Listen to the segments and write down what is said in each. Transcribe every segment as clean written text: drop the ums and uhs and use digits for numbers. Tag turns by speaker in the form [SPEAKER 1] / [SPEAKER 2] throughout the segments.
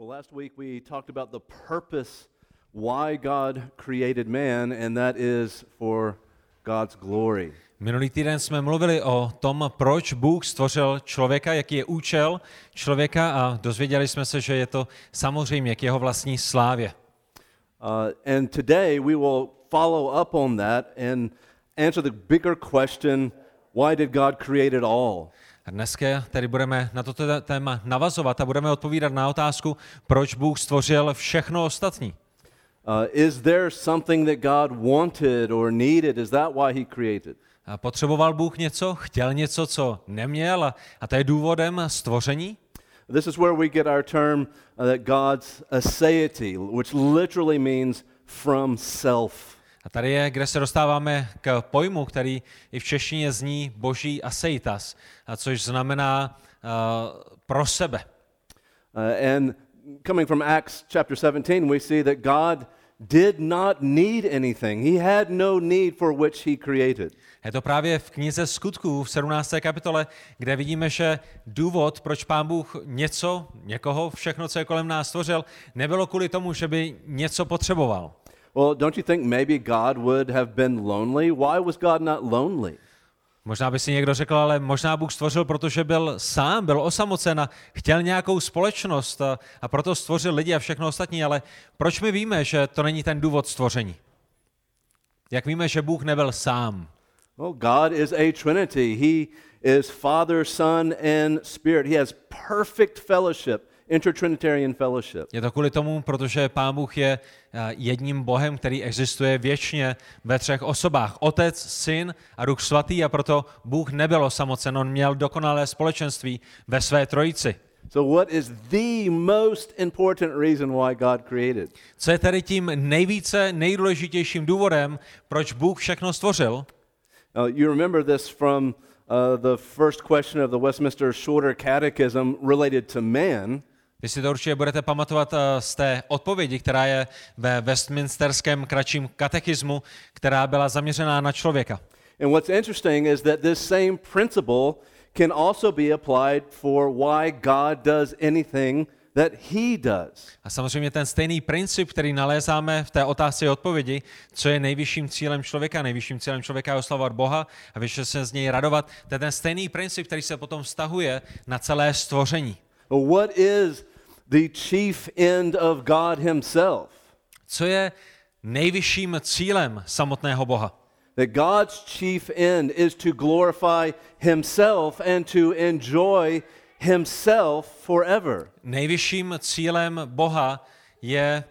[SPEAKER 1] Well, last week we talked about the purpose why God created man, and that is for God's glory.
[SPEAKER 2] Minulý týden jsme mluvili o tom, proč Bůh stvořil člověka, jaký je účel člověka a dozvěděli jsme se, že je to samozřejmě k jeho vlastní slávě.
[SPEAKER 1] And today we will follow up on that and answer the bigger question, why did God create it all?
[SPEAKER 2] A dneska tedy budeme na toto téma navazovat a budeme odpovídat na otázku, proč Bůh stvořil všechno ostatní.
[SPEAKER 1] Is there something that God wanted or needed? Is that why he created?
[SPEAKER 2] A potřeboval Bůh něco, chtěl něco, co neměl a to je důvodem stvoření?
[SPEAKER 1] This is where we get our term that God's aseity, which literally means from self.
[SPEAKER 2] A tady je, kde se dostáváme k pojmu, který i v češtině zní boží aseitas, což znamená pro sebe.
[SPEAKER 1] And coming from Acts chapter 17, we see that God did not need anything. He had no need for which he created.
[SPEAKER 2] Je to právě v knize Skutků v 17. kapitole, kde vidíme, že důvod, proč Pán Bůh někoho, všechno, co je kolem nás stvořil, nebylo kvůli tomu, že by něco potřeboval.
[SPEAKER 1] Well, don't you think maybe God would have been lonely? Why was God not lonely?
[SPEAKER 2] Možná by si někdo řekl, ale možná Bůh stvořil, protože byl sám, byl osamocen a chtěl nějakou společnost a proto stvořil lidi a všechno ostatní, ale proč my víme, že to není ten důvod stvoření? Jak víme, že Bůh nebyl sám?
[SPEAKER 1] Well, God is a Trinity. He is Father, Son, and Spirit. He has perfect fellowship, intertrinitarian fellowship.
[SPEAKER 2] Je to kvůli tomu, protože Pán Bůh je jedním Bohem, který existuje věčně ve třech osobách. Otec, Syn a Duch Svatý a proto Bůh nebyl osamocen, on měl dokonalé společenství ve své trojici.
[SPEAKER 1] So what is the most important reason why God created?
[SPEAKER 2] Co je tedy tím nejdůležitějším důvodem, proč Bůh všechno stvořil?
[SPEAKER 1] You remember this from the first question of the Westminster Shorter Catechism related to man.
[SPEAKER 2] Vy si to určitě budete pamatovat z té odpovědi, která je ve Westminsterském kratším katechismu, která byla zaměřená na člověka.
[SPEAKER 1] And what's interesting is that this same principle can also be applied for why God does anything that he does.
[SPEAKER 2] A samozřejmě ten stejný princip, který nalézáme v té otázce odpovědi, co je nejvyšším cílem člověka. Nejvyšším cílem člověka je oslavovat Boha a vyšel se z něj radovat. To je ten stejný princip, který se potom vztahuje na celé stvoření.
[SPEAKER 1] What is the chief end of God himself?
[SPEAKER 2] Co je nejvyšším cílem samotného Boha?
[SPEAKER 1] That God's chief end is to glorify himself and to enjoy himself forever.
[SPEAKER 2] Nejvyšším cílem Boha je,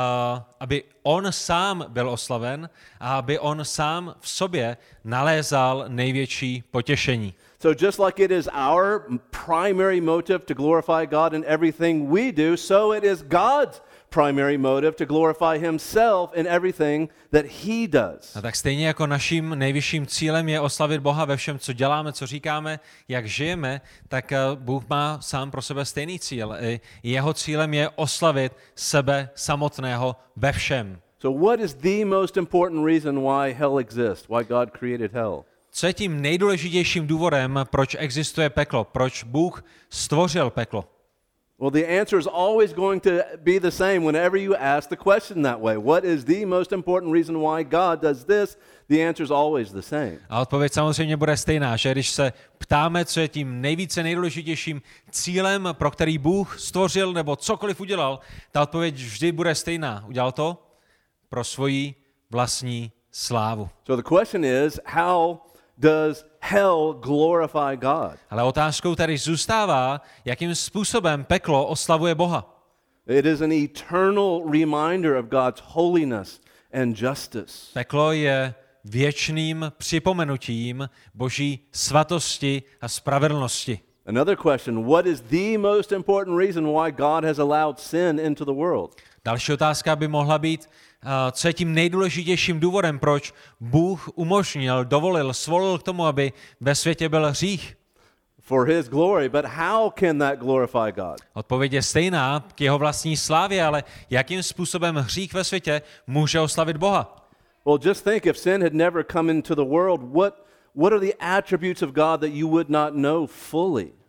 [SPEAKER 2] aby on sám byl oslaven a aby on sám v sobě nalézal největší potěšení.
[SPEAKER 1] So just like it is our primary motive to glorify God in everything we do, so it is God's primary motive to glorify himself in everything that he does.
[SPEAKER 2] A tak stejně jako naším nejvyšším cílem je oslavit Boha ve všem, co děláme, co říkáme, jak žijeme, tak Bůh má sám pro sebe stejný cíl. Jeho cílem je oslavit sebe samotného ve všem.
[SPEAKER 1] So what is the most important reason why hell exists? Why God created hell?
[SPEAKER 2] Co je tím nejdůležitějším důvodem, proč existuje peklo? Proč Bůh stvořil peklo?
[SPEAKER 1] Well, the answer is always going to be the same whenever you ask the question that way. What is the most important reason why God does this? The answer is always the same.
[SPEAKER 2] A odpověď samozřejmě bude stejná, že když se ptáme, co je tím nejdůležitějším cílem, pro který Bůh stvořil nebo cokoliv udělal, ta odpověď vždy bude stejná. Udělal to pro svoji vlastní slávu.
[SPEAKER 1] So the question is, how does hell glorify God?
[SPEAKER 2] Ale otázkou tady zůstává, jakým způsobem peklo oslavuje Boha.
[SPEAKER 1] It is an eternal reminder of God's holiness and justice.
[SPEAKER 2] Peklo je věčným připomenutím Boží svatosti a spravedlnosti.
[SPEAKER 1] Another question, what is the most important reason why God has allowed sin into the world?
[SPEAKER 2] Další otázka by mohla být, co je tím nejdůležitějším důvodem, proč Bůh umožnil, dovolil, svolil k tomu, aby ve světě byl hřích.
[SPEAKER 1] For his glory, but how can that glorify God?
[SPEAKER 2] Odpověď je stejná k jeho vlastní slávě, ale jakým způsobem hřích ve světě může oslavit Boha?
[SPEAKER 1] Well, just think, if sin had never come into the world, what are the attributes of God that you would not know fully?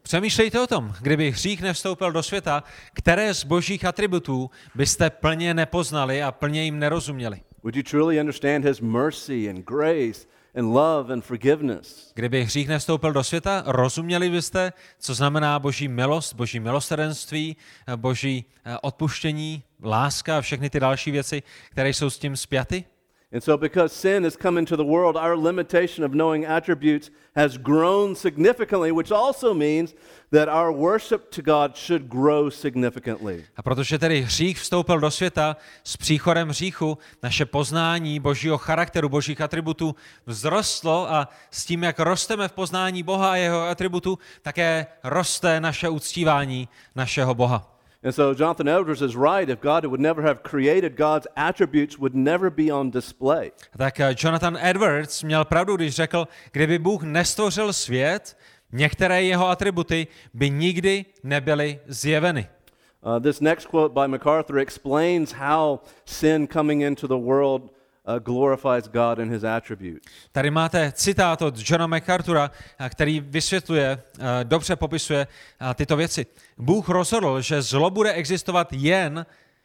[SPEAKER 2] Přemýšlejte o tom, kdyby hřích nevstoupil do světa, které z božích atributů byste plně nepoznali a plně jim nerozuměli.
[SPEAKER 1] Would you truly understand his mercy and grace and love and forgiveness?
[SPEAKER 2] Kdyby hřích nevstoupil do světa, rozuměli byste, co znamená boží milost, boží milosrdenství, boží odpuštění, láska a všechny ty další věci, které jsou s tím spjaty?
[SPEAKER 1] And so because sin has come into the world, our limitation of knowing attributes has grown significantly, which also means that our worship to God should grow significantly.
[SPEAKER 2] A protože tedy hřích vstoupil do světa, s příchodem hříchu naše poznání božího charakteru, božích atributů vzrostlo a s tím, jak rosteme v poznání Boha a jeho atributů, také roste naše uctívání našeho Boha.
[SPEAKER 1] And so Jonathan Edwards is right. If God would never have created, God's attributes would never be on display.
[SPEAKER 2] Tak Jonathan Edwards měl pravdu, když řekl, kdyby Bůh nestvořil svět, některé jeho atributy by nikdy nebyly zjeveny.
[SPEAKER 1] This next quote by MacArthur explains how sin coming into the world glorifies God and his attributes.
[SPEAKER 2] Tady máte citát od Johna MacArthura, který vysvětluje, dobře popisuje tyto věci. Bůh rozhodl, že zlo bude existovat jen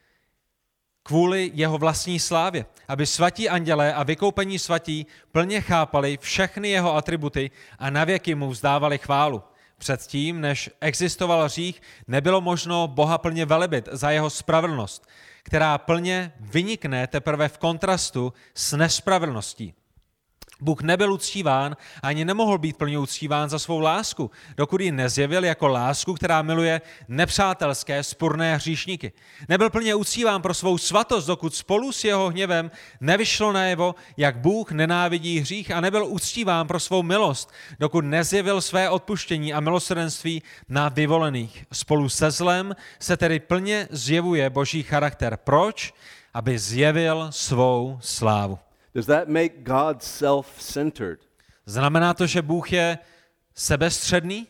[SPEAKER 2] kvůli jeho vlastní slávě, aby svatí andělé a vykoupení svatí plně chápali všechny jeho atributy a navěky mu vzdávali chválu. Předtím, než existoval hřích, nebylo možno Boha plně velebit za jeho spravedlnost, která plně vynikne teprve v kontrastu s nespravedlností. Bůh nebyl uctíván ani nemohl být plně uctíván za svou lásku, dokud ji nezjevil jako lásku, která miluje nepřátelské, spurné hříšníky. Nebyl plně uctíván pro svou svatost, dokud spolu s jeho hněvem nevyšlo najevo, jak Bůh nenávidí hřích, a nebyl uctíván pro svou milost, dokud nezjevil své odpuštění a milosrdenství na vyvolených. Spolu se zlem se tedy plně zjevuje boží charakter. Proč? Aby zjevil svou slávu.
[SPEAKER 1] Does that make God self-centered?
[SPEAKER 2] Znamená to, že Bůh je sebestředný?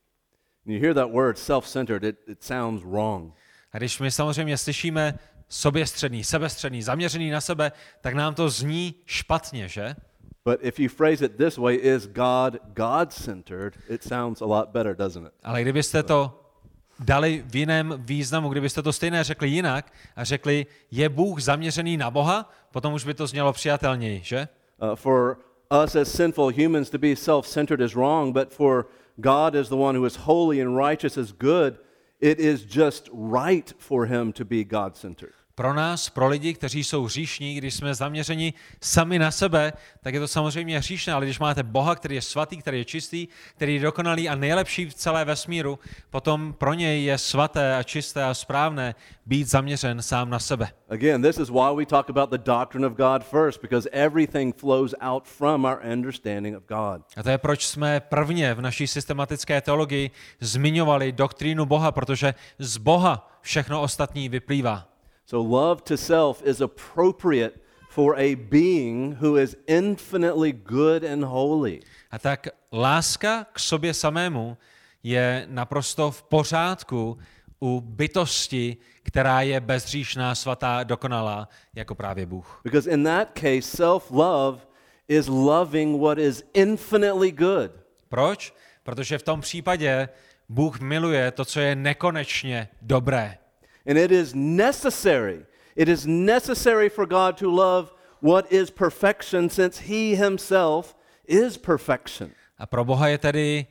[SPEAKER 1] You hear that word self-centered, it sounds wrong.
[SPEAKER 2] A když my samozřejmě slyšíme soběstředný, sebestředný, zaměřený na sebe, tak nám to zní špatně, že?
[SPEAKER 1] But if you phrase it this way, is God God-centered, it sounds a lot better, doesn't it?
[SPEAKER 2] Ale kdybyste to dali v jiném významu, kdybyste to stejné řekli jinak a řekli, je Bůh zaměřený na Boha, potom už by to znělo přijatelněji, že?
[SPEAKER 1] For us as sinful humans to be self-centered is wrong, but for God as the one who is holy and righteous is good, it is just right for him to be God-centered.
[SPEAKER 2] Pro nás, pro lidi, kteří jsou hříšní, když jsme zaměřeni sami na sebe, tak je to samozřejmě hříšné, ale když máte Boha, který je svatý, který je čistý, který je dokonalý a nejlepší v celé vesmíru, potom pro něj je svaté a čisté a správné být zaměřen sám na sebe.
[SPEAKER 1] Again, this is why we talk about the doctrine of God first, because everything flows out from our understanding of God.
[SPEAKER 2] A to je, proč jsme prvně v naší systematické teologii zmiňovali doktrínu Boha, protože z Boha všechno ostatní vyplývá.
[SPEAKER 1] So love to self is appropriate for a being who is infinitely good and holy.
[SPEAKER 2] A tak láska k sobě samému je naprosto v pořádku u bytosti, která je bezhříšná, svatá, dokonalá, jako právě Bůh.
[SPEAKER 1] Because in that case, self-love is loving what is infinitely good.
[SPEAKER 2] Proč? Protože v tom případě Bůh miluje to, co je nekonečně dobré.
[SPEAKER 1] And it is necessary. It is necessary for God to love what is perfection, since he himself is perfection.
[SPEAKER 2] A pro Boha je tedy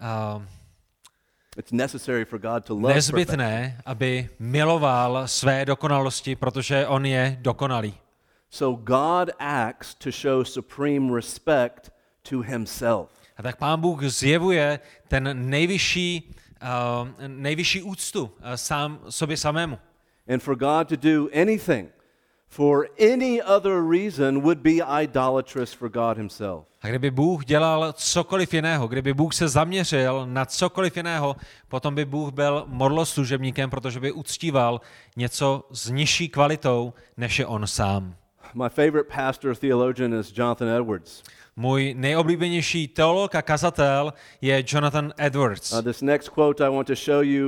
[SPEAKER 1] It's necessary for God to love perfection.
[SPEAKER 2] nezbytné, aby miloval své dokonalosti, protože on je dokonalý. So
[SPEAKER 1] God acts to show supreme respect to himself.
[SPEAKER 2] A tak Pán Bůh zjevuje ten nejvyšší úctu sám sobě samému.
[SPEAKER 1] And for God to do anything for any other reason would be idolatrous for God himself.
[SPEAKER 2] A kdyby Bůh dělal cokoliv jiného, kdyby Bůh se zaměřil na cokoliv jiného, potom by Bůh byl modloslužebníkem, protože by uctíval něco s nižší kvalitou, než je on sám.
[SPEAKER 1] My favorite pastor theologian is Jonathan Edwards.
[SPEAKER 2] Můj nejoblíbenější teolog a kazatel je Jonathan Edwards.
[SPEAKER 1] This next quote I want to show you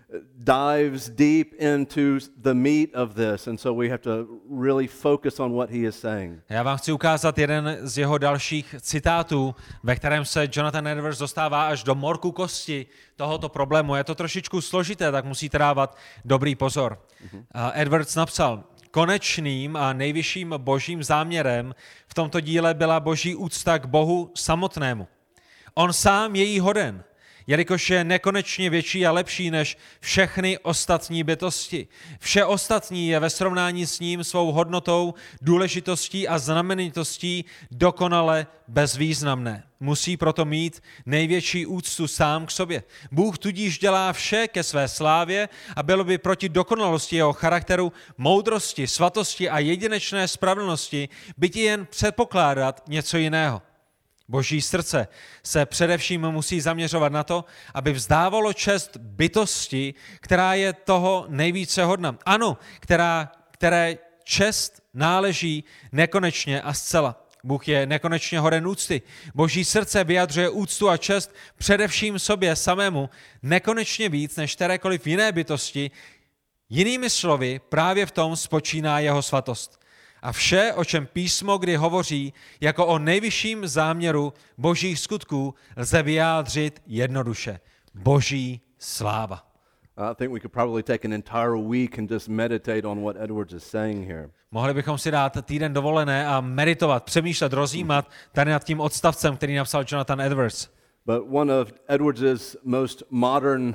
[SPEAKER 1] dives deep into the meat of this, and so we have to really focus on what he is saying.
[SPEAKER 2] Já vám chci ukázat jeden z jeho dalších citátů, ve kterém se Jonathan Edwards dostává až do morku kosti tohoto problému. Je to trošičku složité, tak musíte dávat dobrý pozor. Edwards napsal: konečným a nejvyšším božím záměrem v tomto díle byla boží úcta k Bohu samotnému. On sám je jí hoden, jelikož je nekonečně větší a lepší než všechny ostatní bytosti. Vše ostatní je ve srovnání s ním svou hodnotou, důležitostí a znamenitostí dokonale bezvýznamné. Musí proto mít největší úctu sám k sobě. Bůh tudíž dělá vše ke své slávě a bylo by proti dokonalosti jeho charakteru, moudrosti, svatosti a jedinečné spravedlnosti byti jen předpokládat něco jiného. Boží srdce se především musí zaměřovat na to, aby vzdávalo čest bytosti, která je toho nejvíce hodna. Ano, které čest náleží nekonečně a zcela. Bůh je nekonečně hoden úcty. Boží srdce vyjadřuje úctu a čest především sobě samému nekonečně víc než kterékoliv jiné bytosti. Jinými slovy, právě v tom spočíná jeho svatost. A vše, o čem písmo kdy hovoří jako o nejvyšším záměru božích skutků, lze vyjádřit jednoduše. Boží sláva.
[SPEAKER 1] I think we could probably take an entire week and just meditate on what Edwards is saying here.
[SPEAKER 2] Mohli bychom si dát týden dovolené a meditovat, přemýšlet, rozjímat tady nad tím odstavcem, který napsal Jonathan Edwards.
[SPEAKER 1] But one of Edwards's most modern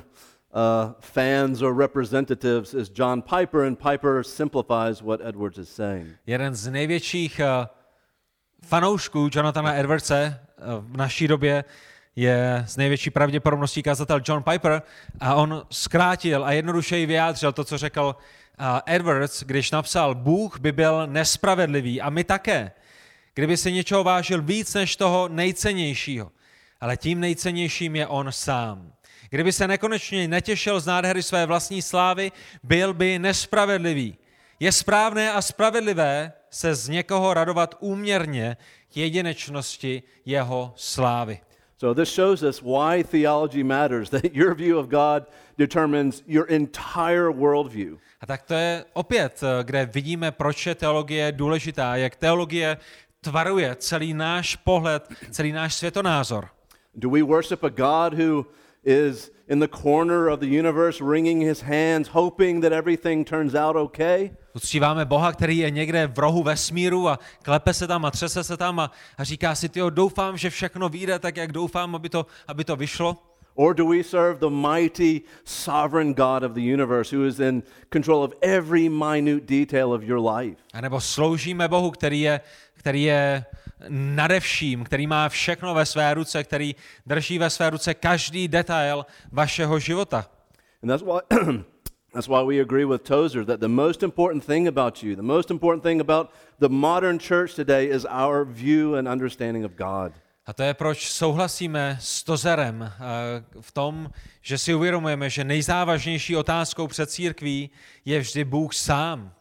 [SPEAKER 1] fans or representatives is John Piper, and Piper simplifies what Edwards is saying.
[SPEAKER 2] Jeden z největších fanoušků Jonathana Edwardse v naší době je z největší pravděpodobností kazatel John Piper a on zkrátil a jednodušeji vyjádřil to, co řekl Edwards, když napsal: Bůh by byl nespravedlivý a my také, kdyby se něčeho vážil víc než toho nejcennějšího. Ale tím nejcennějším je on sám. Kdyby se nekonečně netěšil z nádhery své vlastní slávy, byl by nespravedlivý. Je správné a spravedlivé se z někoho radovat úměrně k jedinečnosti jeho slávy.
[SPEAKER 1] So this shows us why theology matters, that your view of God determines your entire worldview.
[SPEAKER 2] A tak to je opět, kde vidíme, proč je teologie důležitá, jak teologie tvaruje celý náš pohled, celý náš světonázor.
[SPEAKER 1] Do we worship a God who is in the corner of the universe wringing his hands, hoping that everything turns out okay?
[SPEAKER 2] Uctíváme Boha, který je někde v rohu vesmíru a klepe se tam a třese se tam a říká si: tyjo, doufám, že všechno vyjde tak, jak doufám, aby to vyšlo.
[SPEAKER 1] Or do we serve the mighty sovereign God of the universe who is in control of every minute detail of your life?
[SPEAKER 2] A nebo sloužíme Bohu, který je nade vším, který má všechno ve své ruce, který drží ve své ruce každý detail vašeho života.
[SPEAKER 1] And that's why we agree with Tozer that the most important thing about you, the most important thing about the modern church today is our view and understanding of God.
[SPEAKER 2] A to je, proč souhlasíme s Tozerem v tom, že si uvědomujeme, že nejzávažnější otázkou před církví je vždy Bůh sám.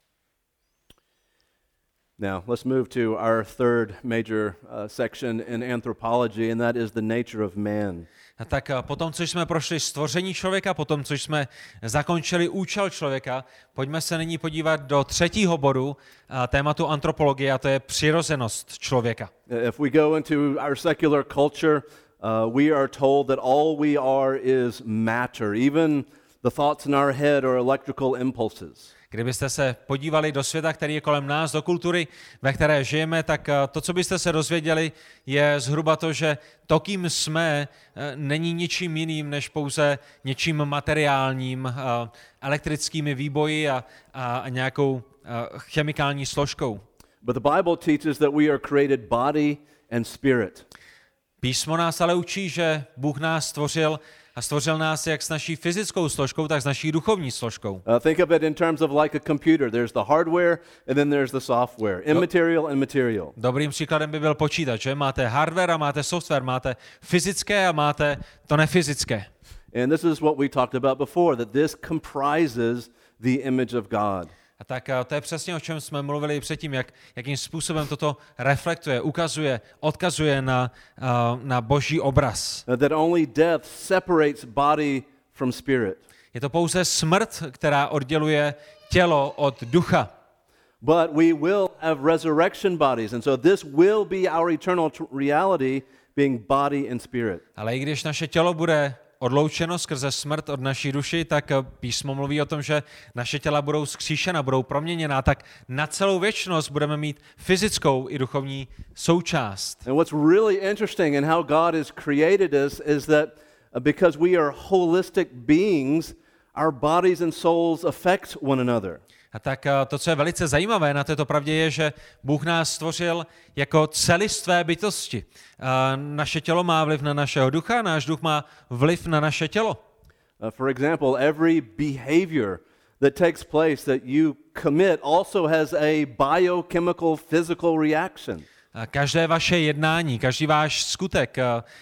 [SPEAKER 1] Now, let's move to our third major section in anthropology, and that is the nature of man.
[SPEAKER 2] A tak potom, co jsme prošli stvoření člověka, potom, co jsme zakončili účel člověka, pojďme se nyní podívat do třetího bodu tématu antropologie, a to je přirozenost člověka.
[SPEAKER 1] If we go into our secular culture, we are told that all we are is matter. Even the thoughts in our head are electrical impulses.
[SPEAKER 2] Kdybyste se podívali do světa, který je kolem nás, do kultury, ve které žijeme, tak to, co byste se dozvěděli, je zhruba to, že to, kým jsme, není ničím jiným, než pouze něčím materiálním, elektrickými výboji a nějakou chemikální složkou.
[SPEAKER 1] But the Bible teaches that we are created body and spirit.
[SPEAKER 2] Písmo nás ale učí, že Bůh nás stvořil a stvořil nás jak s naší fyzickou složkou, tak s naší duchovní složkou.
[SPEAKER 1] Think of it in terms of like a computer. There's the hardware and then there's the software. Immaterial and material.
[SPEAKER 2] Dobrým příkladem by byl počítač, že? Máte hardware a máte software, máte fyzické a máte to nefyzické.
[SPEAKER 1] And this is what we talked about before, that this comprises the image of God.
[SPEAKER 2] A tak to je přesně, o čem jsme mluvili předtím, jakým způsobem toto reflektuje, ukazuje, odkazuje na boží obraz.
[SPEAKER 1] That only death separates body from spirit.
[SPEAKER 2] Je to pouze smrt, která odděluje tělo od ducha.
[SPEAKER 1] But we will have resurrection bodies, and so this will be our eternal reality, being body and spirit.
[SPEAKER 2] Ale i když naše tělo bude odloučeno skrze smrt od naší duši, tak písmo mluví o tom, že naše těla budou vzkříšena, budou proměněná, tak na celou věčnost budeme mít fyzickou i duchovní součást.
[SPEAKER 1] And what's really interesting in how God has created us is that because we are holistic beings, our bodies and souls affect one another.
[SPEAKER 2] A tak to, co je velice zajímavé na této pravdě, je, že Bůh nás stvořil jako celistvé bytosti. Naše tělo má vliv na našeho ducha, náš duch má vliv na naše tělo.
[SPEAKER 1] For example, every behavior that takes place that you commit also has a biochemical physical reaction.
[SPEAKER 2] Každé vaše jednání, každý váš skutek,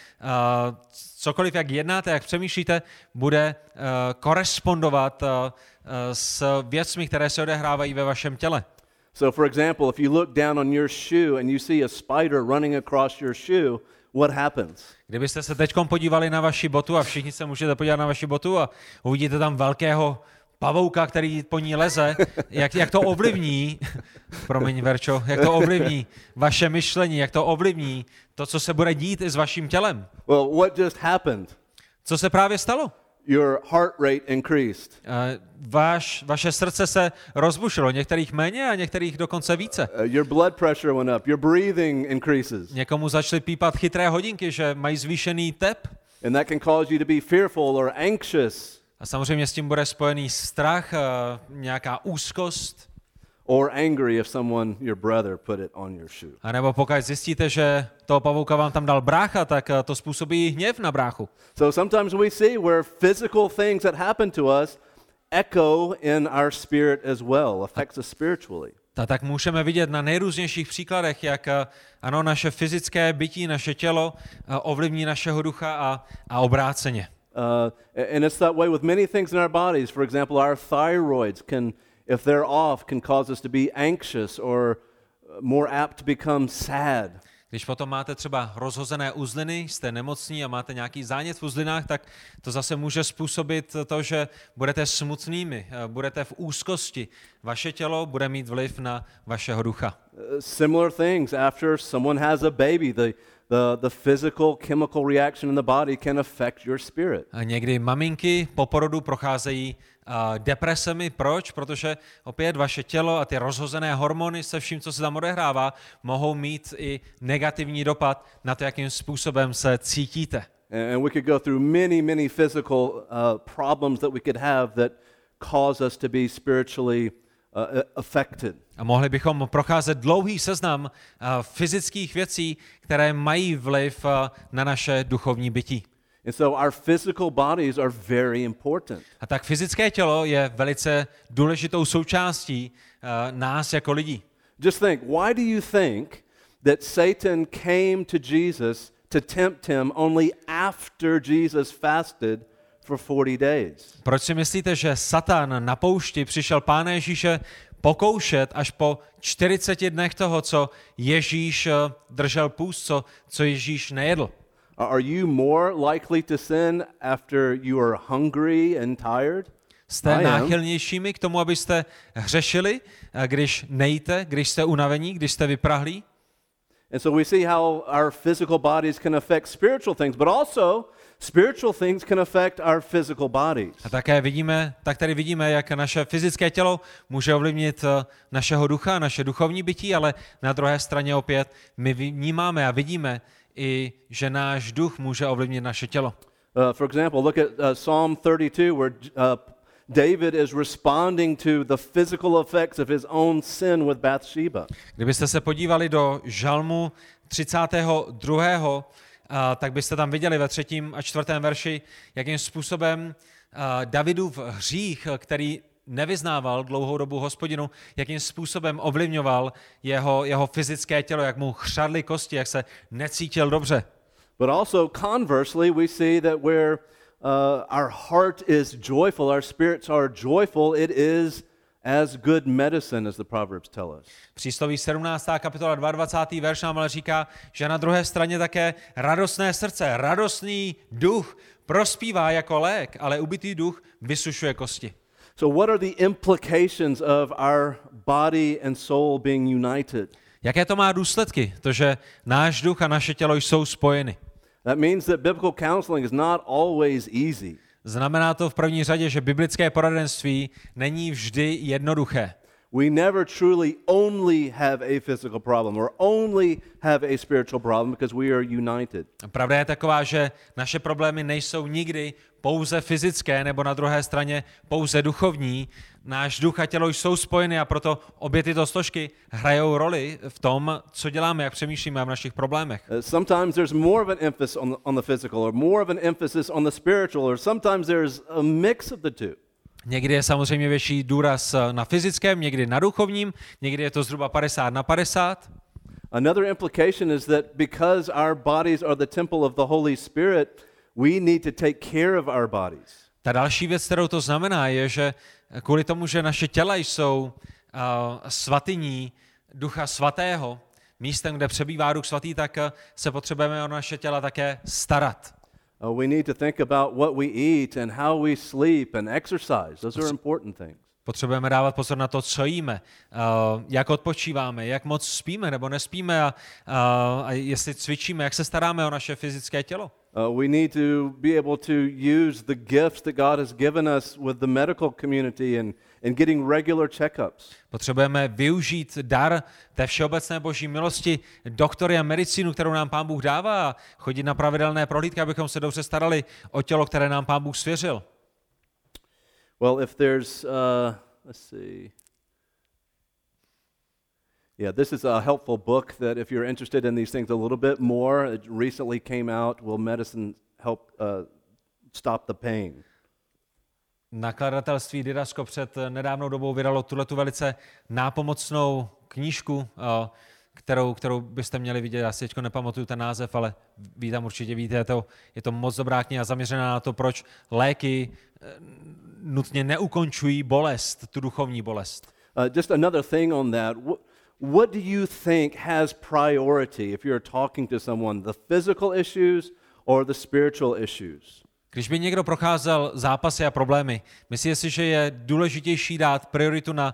[SPEAKER 2] cokoliv, jak jednáte, jak přemýšlíte, bude korespondovat s věcmi, které se odehrávají ve vašem těle.
[SPEAKER 1] So for example, if you look down on your shoe and you see a spider running across your shoe, what happens?
[SPEAKER 2] Kdybyste se teď podívali na vaši botu a všichni se můžete podívat na vaši botu a uvidíte tam velkého pavouka, který po ní leze, jak to ovlivní, promiň Verčo, jak to ovlivní vaše myšlení, jak to ovlivní to, co se bude dít i s vaším tělem.
[SPEAKER 1] Well, what just happened?
[SPEAKER 2] Co se právě stalo?
[SPEAKER 1] Your heart rate increased.
[SPEAKER 2] Vaše srdce se rozbušilo, některých méně a některých dokonce více.
[SPEAKER 1] Your blood pressure went up. Your breathing increases.
[SPEAKER 2] Někomu začaly pípat chytré hodinky, že mají zvýšený tep.
[SPEAKER 1] And that can cause you to be fearful or anxious.
[SPEAKER 2] A samozřejmě s tím bude spojený strach, nějaká úzkost.
[SPEAKER 1] Or angry if someone, your brother, put it on your shoe.
[SPEAKER 2] A nebo pokud zjistíte, že toho pavouka vám tam dal brácha, tak to způsobí hněv na bráchu.
[SPEAKER 1] So sometimes we see where physical things that happen to us echo in our spirit as well, affects us spiritually.
[SPEAKER 2] Tak můžeme vidět na nejrůznějších příkladech, jak ano, naše fyzické bytí, naše tělo ovlivní našeho ducha a obráceně.
[SPEAKER 1] And it's that way with many things in our bodies. For example, our thyroids can, if they're off, can cause us to be anxious or more apt to become sad.
[SPEAKER 2] Když potom máte třeba rozhozené uzliny, jste nemocní a máte nějaký zánět v uzlinách, tak to zase může způsobit to, že budete smutnými, budete v úzkosti. Vaše tělo bude mít vliv na vašeho ducha.
[SPEAKER 1] Similar things after someone has a baby, the physical chemical reaction in the body can affect your spirit.
[SPEAKER 2] A někdy maminky po porodu procházejí depresemi. Proč? Protože opět vaše tělo a ty rozhozené hormony se vším, co se tam odehrává, mohou mít i negativní dopad na to, jakým způsobem se cítíte.
[SPEAKER 1] And we could go through many physical problems that we could have that cause us to be spiritually affected.
[SPEAKER 2] A mohli bychom procházet dlouhý seznam fyzických věcí, které mají vliv na naše duchovní bytí.
[SPEAKER 1] And so our physical bodies are very important.
[SPEAKER 2] A tak fyzické tělo je velice důležitou součástí nás jako lidí.
[SPEAKER 1] Just think, why do you think that Satan came to Jesus to tempt him only after Jesus fasted for 40 days?
[SPEAKER 2] Proč si myslíte, že Satan na poušti přišel Pána Ježíše pokoušet až po 40 dnech toho, co Ježíš držel půst, co Ježíš nejedl?
[SPEAKER 1] Are you more likely to sin after you are hungry and tired?
[SPEAKER 2] Jste náchylnějšími k tomu, abyste hřešili, když nejíte, když jste unavení, když jste vyprahlí?
[SPEAKER 1] And so we see how our physical bodies can affect spiritual things, but also spiritual things can affect our physical bodies.
[SPEAKER 2] A také tady vidíme, jak naše fyzické tělo může ovlivnit našeho ducha, naše duchovní bytí, ale na druhé straně opět my vnímáme a vidíme i, že náš duch může ovlivnit naše tělo.
[SPEAKER 1] For example, look at Psalm 32, where David is responding to the physical effects of his own sin with Bathsheba.
[SPEAKER 2] Kdybyste se podívali do Žalmu 32., tak byste tam viděli ve 3. a 4. verši, jakým způsobem Davidův hřích, který nevyznával dlouhou dobu Hospodinu, jakým způsobem ovlivňoval jeho fyzické tělo, jak mu chřadly kosti, jak se necítil dobře.
[SPEAKER 1] But also conversely, we see that where our heart is joyful, our spirits are joyful, it is as good medicine, as the Proverbs tell us.
[SPEAKER 2] Přísloví 17. kapitola 22. verš nám ale říká, že na druhé straně také radostné srdce, radostný duch prospívá jako lék, ale ubitý duch vysušuje kosti.
[SPEAKER 1] So what are the implications of our body and soul being united?
[SPEAKER 2] Jaké to má důsledky, to, že náš duch a naše tělo jsou spojeny?
[SPEAKER 1] That means that biblical counseling is not always easy.
[SPEAKER 2] Znamená to v první řadě, že biblické poradenství není vždy jednoduché.
[SPEAKER 1] We never truly only have a physical problem or only have a spiritual problem because we are united.
[SPEAKER 2] Pravda je taková, že naše problémy nejsou nikdy pouze fyzické nebo na druhé straně pouze duchovní. Náš duch a tělo jsou spojeny a proto obě tyto složky hrajou roli v tom, co děláme, jak přemýšlíme v našich problémech.
[SPEAKER 1] Sometimes there's more of an emphasis on the physical or more of an emphasis on the spiritual or sometimes there's a mix of the two.
[SPEAKER 2] Někdy je samozřejmě větší důraz na fyzickém, někdy na duchovním, někdy je to zhruba 50-50.
[SPEAKER 1] Another implication is that because our bodies are the temple of the Holy Spirit, we need to take care of our bodies.
[SPEAKER 2] Ta další věc, kterou to znamená, je, že kvůli tomu, že naše těla jsou svatyní Ducha Svatého, místem, kde přebývá Duch Svatý, tak se potřebujeme o naše těla také starat.
[SPEAKER 1] We need to think about what we eat and how we sleep and exercise. Those are important things.
[SPEAKER 2] Potřebujeme dávat pozor na to, co jíme, jak odpočíváme, jak moc spíme nebo nespíme a jestli cvičíme, jak se staráme o naše fyzické tělo.
[SPEAKER 1] We need to be able to use the gifts that God has given us with the medical community and getting regular checkups.
[SPEAKER 2] Potřebujeme využít dar té všeobecné boží milosti, doktory a medicínu, kterou nám Pán Bůh dává, a chodit na pravidelné prohlídky, abychom se dobře starali o tělo, které nám Pán Bůh svěřil.
[SPEAKER 1] Well, if there's, let's see. Yeah, this is a helpful book that if you're interested in these things a little bit more, it recently came out, Will Medicine Help Stop the Pain?
[SPEAKER 2] Nakladatelství Didasko před nedávnou dobou vydalo tuhletu velice nápomocnou knížku, kterou byste měli vidět. Já si teďko nepamatuju ten název, ale vy tam určitě víte, je to moc dobrá kniha zaměřená na to, proč léky nutně neukončují bolest, tu duchovní bolest.
[SPEAKER 1] Just another thing on that. What do you think has priority if you're talking to someone, the physical issues or the spiritual issues?
[SPEAKER 2] Když by někdo procházel zápasy a problémy, myslíte si, že je důležitější dát prioritu na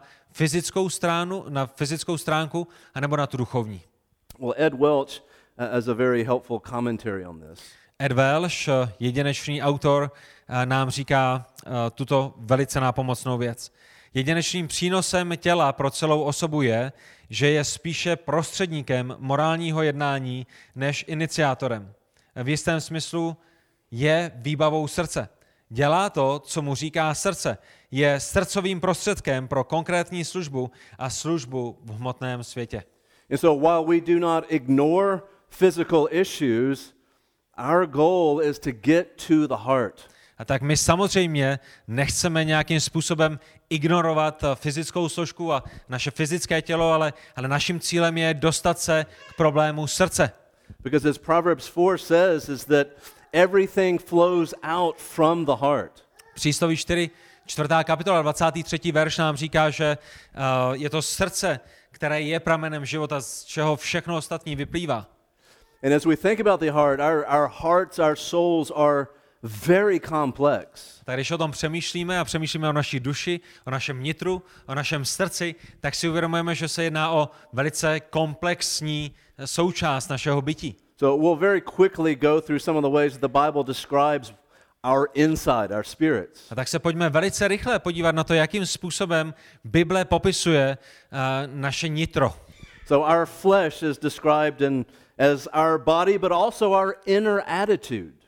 [SPEAKER 2] fyzickou stránku, anebo na tu duchovní?
[SPEAKER 1] Well, Ed Welch has a very helpful commentary on this.
[SPEAKER 2] Ed Welch, jedinečný autor, nám říká tuto velice nápomocnou věc. Jedinečným přínosem těla pro celou osobu je, že je spíše prostředníkem morálního jednání než iniciátorem. V jistém smyslu je výbavou srdce. Dělá to, co mu říká srdce. Je srdcovým prostředkem pro konkrétní službu a službu v hmotném světě.
[SPEAKER 1] And so while we do not ignore physical issues, our goal is to get to the heart.
[SPEAKER 2] A tak my samozřejmě nechceme nějakým způsobem ignorovat fyzickou složku a naše fyzické tělo, ale naším cílem je dostat se k problému srdce.
[SPEAKER 1] Because as Proverbs 4 says, is that everything flows out from the heart.
[SPEAKER 2] Přísloví 4. kapitola, 23. verš nám říká, že je to srdce, které je pramenem života, z čeho všechno ostatní vyplývá.
[SPEAKER 1] And as we think about the heart, our hearts, our souls are very complex.
[SPEAKER 2] Tak když o tom přemýšlíme a přemýšlíme o naší duši, o našem nitru, o našem srdci, tak si uvědomujeme, že se jedná o velice komplexní součást našeho bytí.
[SPEAKER 1] So we'll very quickly go through some of the ways that the Bible describes our inside, our spirits.
[SPEAKER 2] A tak se pojďme velice rychle podívat na to, jakým způsobem Bible popisuje naše nitro.
[SPEAKER 1] So our flesh is described as our body, but also our inner attitude.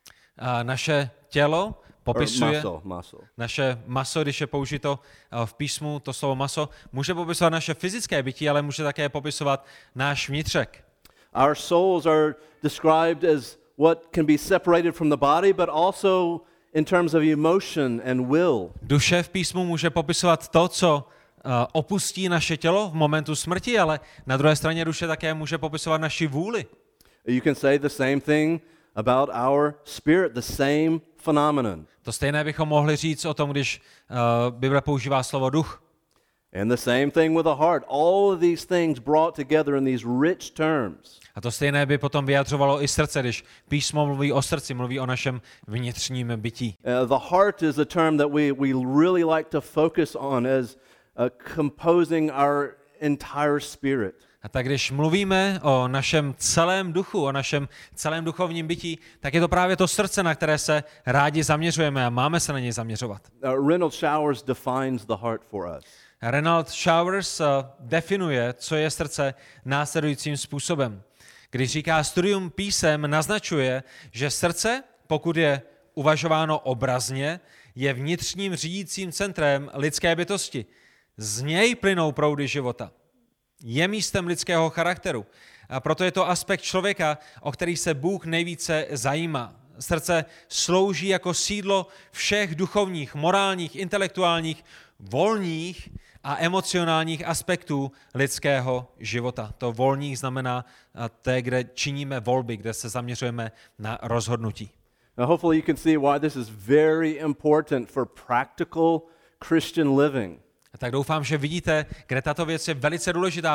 [SPEAKER 2] Naše tělo popisuje,
[SPEAKER 1] muscle.
[SPEAKER 2] Naše maso, když je použito v písmu, to slovo maso, může popisovat naše fyzické bytí, ale může také popisovat náš vnitřek.
[SPEAKER 1] Our souls are described as what can be separated from the body, but also in terms of emotion and will.
[SPEAKER 2] Duše v písmu může popisovat to, co opustí naše tělo v momentu smrti, ale na druhé straně duše také může popisovat naši vůli.
[SPEAKER 1] You can say the same thing about our spirit, the same phenomenon.
[SPEAKER 2] To stejné bychom mohli říct o tom, když Bible používá slovo duch.
[SPEAKER 1] And the same thing with the heart. All of these things brought together in these rich terms.
[SPEAKER 2] A to stejné by potom vyjadřovalo i srdce, když písmo mluví o srdci, mluví o našem vnitřním bytí.
[SPEAKER 1] The heart is a term that we really like to focus on as composing our entire spirit.
[SPEAKER 2] A tak když mluvíme o našem celém duchu, o našem celém duchovním bytí, tak je to právě to srdce, na které se rádi zaměřujeme a máme se na něj zaměřovat.
[SPEAKER 1] Renald Showers defines the heart for us.
[SPEAKER 2] Renald Showers definuje, co je srdce, následujícím způsobem. Když říká, studium písem naznačuje, že srdce, pokud je uvažováno obrazně, je vnitřním řídícím centrem lidské bytosti. Z něj plynou proudy života. Je místem lidského charakteru. A proto je to aspekt člověka, o který se Bůh nejvíce zajímá. Srdce slouží jako sídlo všech duchovních, morálních, intelektuálních, volních a emocionálních aspektů lidského života. To volních znamená té, kde činíme volby, kde se zaměřujeme na rozhodnutí.
[SPEAKER 1] Now hopefully you can see why this is very important for practical Christian living.
[SPEAKER 2] A tak doufám, že vidíte, kde tato věc je velice důležitá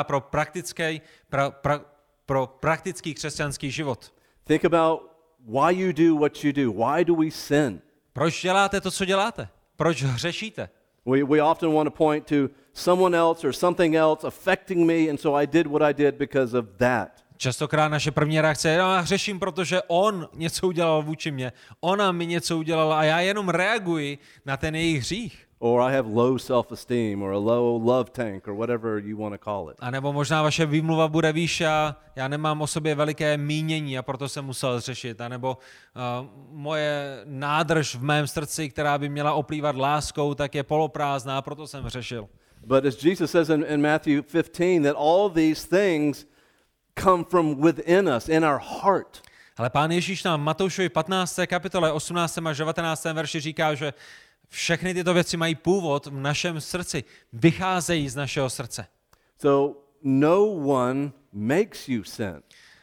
[SPEAKER 2] pro praktický křesťanský život.
[SPEAKER 1] Think about why you do what you do. Why do we sin?
[SPEAKER 2] Proč děláte to, co děláte? Proč hřešíte?
[SPEAKER 1] We often want to point to someone else or something else affecting me, and so I did what I did because of that.
[SPEAKER 2] Častokrát naše první reakce je, já hřeším, protože on něco udělal vůči mně, ona mi něco udělala a já jenom reaguji na ten jejich hřích.
[SPEAKER 1] Or I have low self-esteem or a low love tank or whatever you want to call it.
[SPEAKER 2] A nebo možná vaše výmluva bude výš a já nemám o sobě veliké mínění a proto jsem musel řešit. A nebo moje nádrž v mém srdci, která by měla oplývat láskou, tak je poloprázdná a proto jsem řešil.
[SPEAKER 1] But as Jesus says in Matthew 15, that all these things come from within us, in our heart.
[SPEAKER 2] Ale Pán Ježíš nám v Matoušovi 15. kapitole 18. až 19. verši říká, že všechny tyto věci mají původ v našem srdci, vycházejí z našeho srdce.
[SPEAKER 1] So no one makes you sin.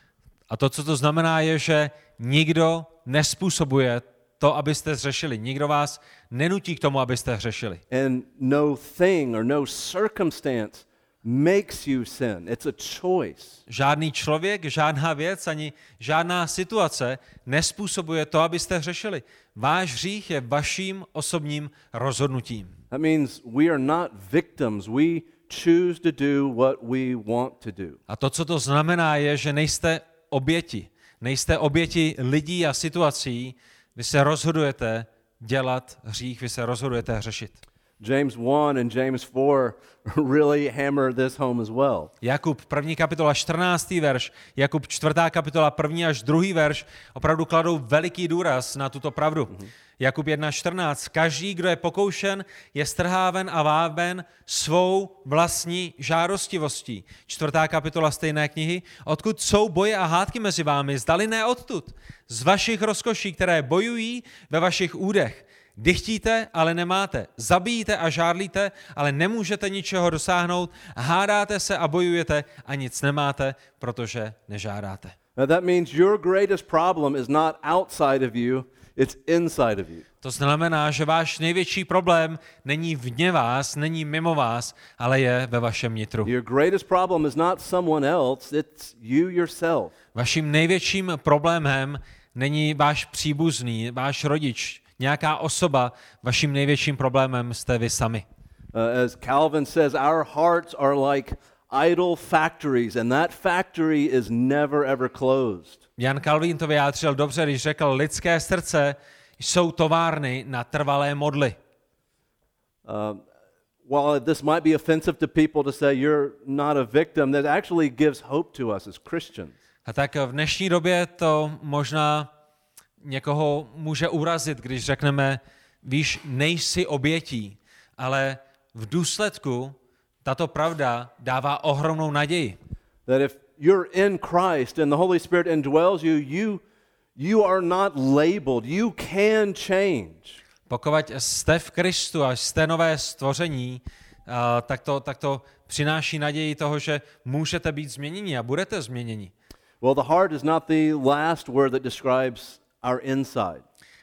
[SPEAKER 2] A to, co to znamená, je, že nikdo nespůsobuje to, abyste zřešili. Nikdo vás nenutí k tomu, abyste hřešili.
[SPEAKER 1] And no thing or no circumstance makes you sin. It's a choice.
[SPEAKER 2] Žádný člověk, žádná věc, ani žádná situace nespůsobuje to, abyste hřešili. Váš hřích je vaším osobním rozhodnutím.
[SPEAKER 1] That means we are not victims. We choose to do what we want to do.
[SPEAKER 2] A to, co to znamená, je, že nejste oběti. Nejste oběti lidí a situací. Vy se rozhodujete dělat hřích, vy se rozhodujete hřešit.
[SPEAKER 1] James 1 and James 4 really hammer this home as well.
[SPEAKER 2] Jakub 1. kapitola 14. verš, Jakub 4. kapitola 1. až 2. verš opravdu kladou veliký důraz na tuto pravdu. Jakub 1.14. Každý, kdo je pokoušen, je strháven a váben svou vlastní žádostivostí. 4. kapitola stejné knihy. Odkud jsou boje a hádky mezi vámi, zdali ne odtud. Z vašich rozkoší, které bojují ve vašich údech. Dychtíte, ale nemáte. Zabijíte a žádlíte, ale nemůžete ničeho dosáhnout. Hádáte se a bojujete a nic nemáte, protože nežádáte.
[SPEAKER 1] Now that means your greatest problem is not outside of you, it's inside of you.
[SPEAKER 2] To znamená, že váš největší problém není vně vás, není mimo vás, ale je ve vašem nitru.
[SPEAKER 1] Your greatest problem is not someone else, it's you yourself.
[SPEAKER 2] Vaším největším problémem není váš příbuzný, váš rodič, nějaká osoba, vaším největším problémem jste vy sami.
[SPEAKER 1] As Calvin says, our hearts are like idol factories, and that factory is never ever closed.
[SPEAKER 2] Jan Calvin to vyjádřil dobře, když řekl, lidské srdce jsou továrny na trvalé modly.
[SPEAKER 1] While this might be offensive to people to say you're not a victim, that actually gives hope to us as Christians.
[SPEAKER 2] A tak v dnešní době to možná někoho může urazit, když řekneme, víš, nejsi obětí, ale v důsledku tato pravda dává ohromnou naději.
[SPEAKER 1] That if you're in Christ and the Holy Spirit indwells you are not labeled. You can change.
[SPEAKER 2] Pokud jste v Kristu a jste nové stvoření, tak to přináší naději toho, že můžete být změněni a budete změněni.
[SPEAKER 1] Well, the heart is not the last word that describes our inside.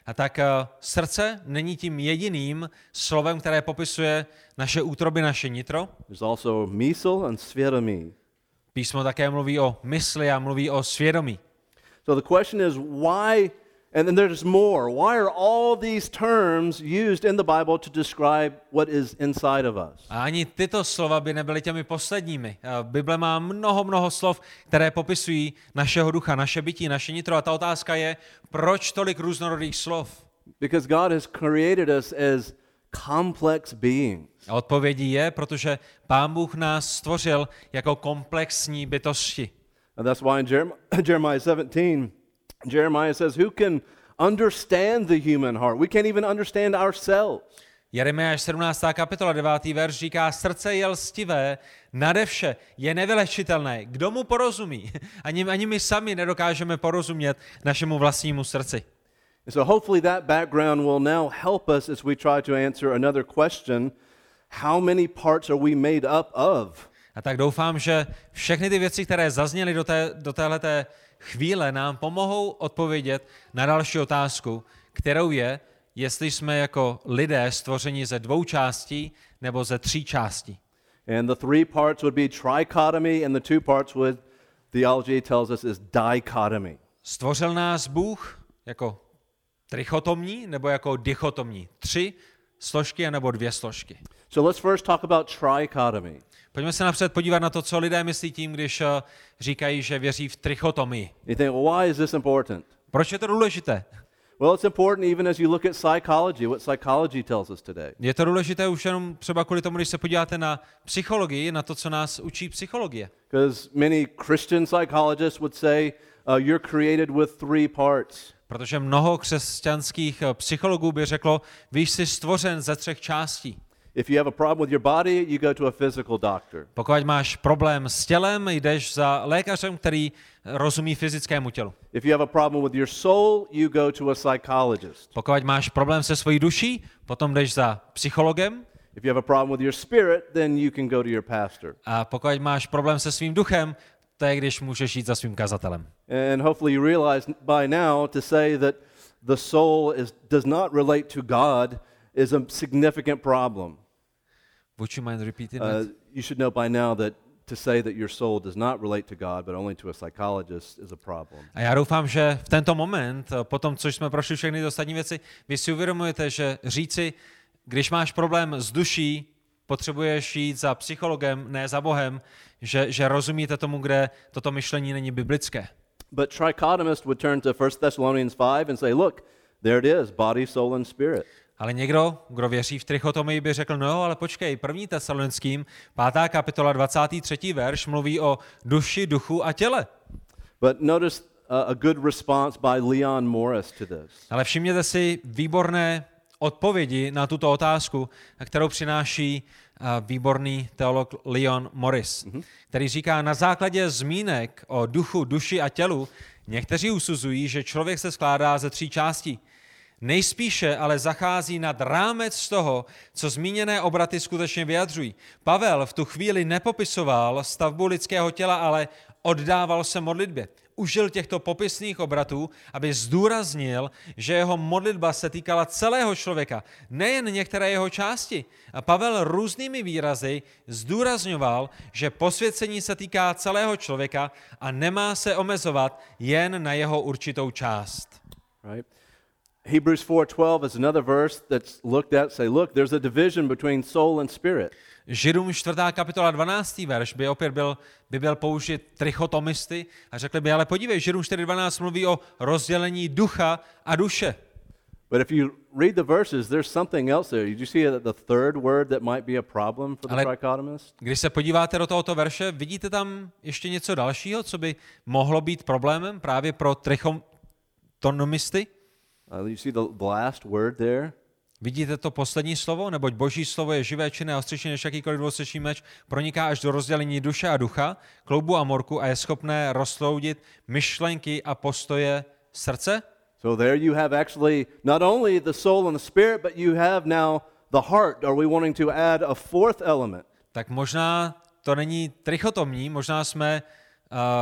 [SPEAKER 2] A tak srdce není tím jediným slovem, které popisuje naše útroby, naše nitro.
[SPEAKER 1] There's also mysl and svědomí.
[SPEAKER 2] Písmo také mluví o mysli a mluví o svědomí.
[SPEAKER 1] So the question is why, and then there's more, why are all these terms used in the Bible to describe what is inside of us?
[SPEAKER 2] A ani tyto slova by nebyly těmi posledními. Bible má mnoho slov, které popisují našeho ducha, naše bytí, naše nitro. A ta otázka je, proč tolik různorodých slov?
[SPEAKER 1] Because God has created us as complex beings.
[SPEAKER 2] A odpovědí je, protože Pán Bůh nás stvořil jako komplexní bytosti.
[SPEAKER 1] And that's why in Jeremiah 17, Jeremiah says, who can understand the human heart? We can't even understand ourselves.
[SPEAKER 2] Jeremiáš 17. kapitola 9. verš říká, srdce je lstivé, nade vše, je nevylečitelné. Kdo mu porozumí? Ani my sami nedokážeme porozumět našemu vlastnímu srdci.
[SPEAKER 1] And so hopefully that background will now help us as we try to answer another question, how many parts are we made up of?
[SPEAKER 2] A tak doufám, že všechny ty věci, které zazněly do téhleté chvíle, nám pomohou odpovědět na další otázku, kterou je, jestli jsme jako lidé stvořeni ze 2 částí nebo ze 3 částí.
[SPEAKER 1] And the 3 parts would be trichotomy, and the 2 parts would, theology tells us, is dichotomy.
[SPEAKER 2] Stvořil nás Bůh jako trichotomní nebo jako dichotomní? 3 složky nebo 2 složky.
[SPEAKER 1] So let's first talk about trichotomy.
[SPEAKER 2] Pojďme se napřed podívat na to, co lidé myslí tím, když říkají, že věří v trichotomii.
[SPEAKER 1] You think, well, why is this important?
[SPEAKER 2] Proč je to důležité?
[SPEAKER 1] Well, it's important even as you look at psychology, what psychology tells us today.
[SPEAKER 2] Je to důležité už jenom třeba kvůli tomu, když se podíváte na psychologii, na to, co nás učí psychologie.
[SPEAKER 1] Because many Christian psychologists would say you're created with 3 parts.
[SPEAKER 2] Protože mnoho křesťanských psychologů by řeklo, vy jsi stvořen ze 3 částí.
[SPEAKER 1] If you have a problem with your body, you go to a physical doctor.
[SPEAKER 2] Pokud máš problém s tělem, jdeš za lékařem, který rozumí fyzickému tělu.
[SPEAKER 1] If you have a problem with your soul, you go to a psychologist.
[SPEAKER 2] Pokud máš problém se svojí duší, potom jdeš za psychologem.
[SPEAKER 1] If you have a problem with your spirit, then you can go to your pastor.
[SPEAKER 2] A pokud máš problém se svým duchem, to je, když můžeš jít za svým kazatelem.
[SPEAKER 1] And hopefully you realize by now to say that the soul does not relate to God is a significant problem.
[SPEAKER 2] Would you mind repeating that?
[SPEAKER 1] You should know by now that to say that your soul does not relate to God, but only to a psychologist is a problem.
[SPEAKER 2] A já doufám, že v tento moment, po tom, co jsme prošli všechny ostatní věci, vy si uvědomujete, že říci, když máš problém s duší, potřebuješ jít za psychologem, ne za Bohem, že rozumíte tomu, kde toto myšlení není biblické.
[SPEAKER 1] But trichotomist would turn to 1 Thessalonians 5 and say, look, there it is, body, soul and spirit.
[SPEAKER 2] Ale někdo, kdo věří v trichotomii, by řekl, no ale počkej, 1. Tesalonickým, 5. kapitola, 23. verš mluví o duši, duchu a těle.
[SPEAKER 1] But notice a good response by Leon Morris to this.
[SPEAKER 2] Ale všimněte si výborné odpovědi na tuto otázku, kterou přináší výborný teolog Leon Morris, který říká, na základě zmínek o duchu, duši a tělu, někteří usuzují, že člověk se skládá ze 3 částí. Nejspíše ale zachází nad rámec toho, co zmíněné obraty skutečně vyjadřují. Pavel v tu chvíli nepopisoval stavbu lidského těla, ale oddával se modlitbě. Užil těchto popisných obratů, aby zdůraznil, že jeho modlitba se týkala celého člověka, nejen některé jeho části. A Pavel různými výrazy zdůrazňoval, že posvěcení se týká celého člověka a nemá se omezovat jen na jeho určitou část.
[SPEAKER 1] Right? Hebrews 4:12 is another verse that's looked at, say, look, there's a division between soul and spirit.
[SPEAKER 2] Židům 4. kapitola 12. verš by opět byl použit trichotomisty a řekli by, ale podívej, Židům 4.12 mluví o rozdělení ducha a duše.
[SPEAKER 1] But if you read the verses, there's something else there. Did you see the third word that might be a problem for the trichotomist?
[SPEAKER 2] Když se podíváte do tohoto verše, vidíte tam ještě něco dalšího, co by mohlo být problémem právě pro trichotomisty?
[SPEAKER 1] You see the last word there?
[SPEAKER 2] Vidíte to poslední slovo? Neboť Boží slovo je živé, činné a ostřejší než jakýkoliv dvousečný meč, proniká až do rozdělení duše a ducha, kloubu a morku a je schopné rozloudit myšlenky a postoje srdce?
[SPEAKER 1] So there you have actually not only the soul and the spirit, but you have now the heart. Are we wanting to add a fourth element?
[SPEAKER 2] Tak možná to není trichotomní, možná jsme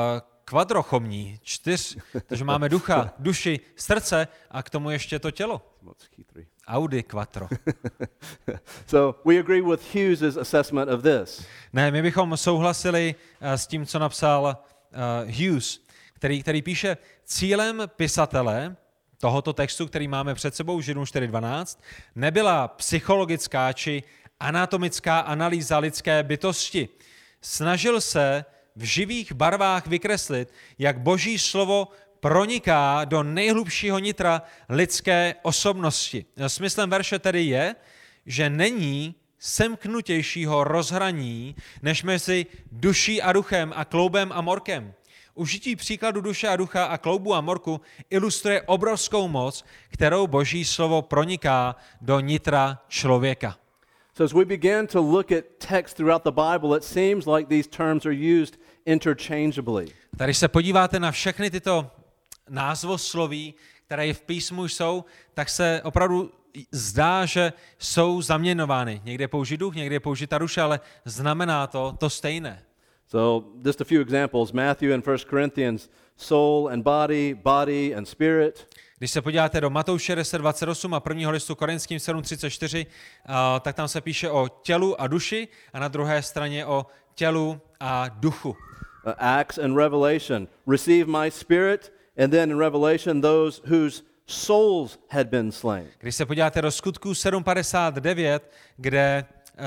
[SPEAKER 2] kvadrochomní, takže máme ducha, duši, srdce a k tomu ještě to tělo. Audi Quattro.
[SPEAKER 1] So we agree with Hughes's assessment of this.
[SPEAKER 2] Ne, my bychom souhlasili s tím, co napsal Hughes, který píše, cílem pisatele tohoto textu, který máme před sebou, Židům 4.12, nebyla psychologická či anatomická analýza lidské bytosti. Snažil se v živých barvách vykreslit, jak Boží slovo proniká do nejhlubšího nitra lidské osobnosti. Smyslem verše tedy je, že není semknutějšího rozhraní než mezi duší a duchem a kloubem a morkem. Užití příkladu duše a ducha a kloubu a morku ilustruje obrovskou moc, kterou Boží slovo proniká do nitra člověka.
[SPEAKER 1] So as we begin to look at text throughout the Bible, it seems like these terms are used interchangeably.
[SPEAKER 2] Tady se podíváte na všechny tyto názvosloví, které v písmu jsou, tak se opravdu zdá, že jsou zaměňovány. Někde je použit duch, někde je použita duše, ale znamená to stejné.
[SPEAKER 1] So just a few examples. Matthew and 1 Corinthians, soul and body, body and spirit.
[SPEAKER 2] Když se podíváte do Matouše 10.28 a 1. listu Korinským 7.34, tak tam se píše o tělu a duši a na druhé straně o tělu a duchu.
[SPEAKER 1] Acts and Revelation, receive my spirit, and then in Revelation those whose souls had been slain.
[SPEAKER 2] Když se podíváte do Skutků 7.59, kde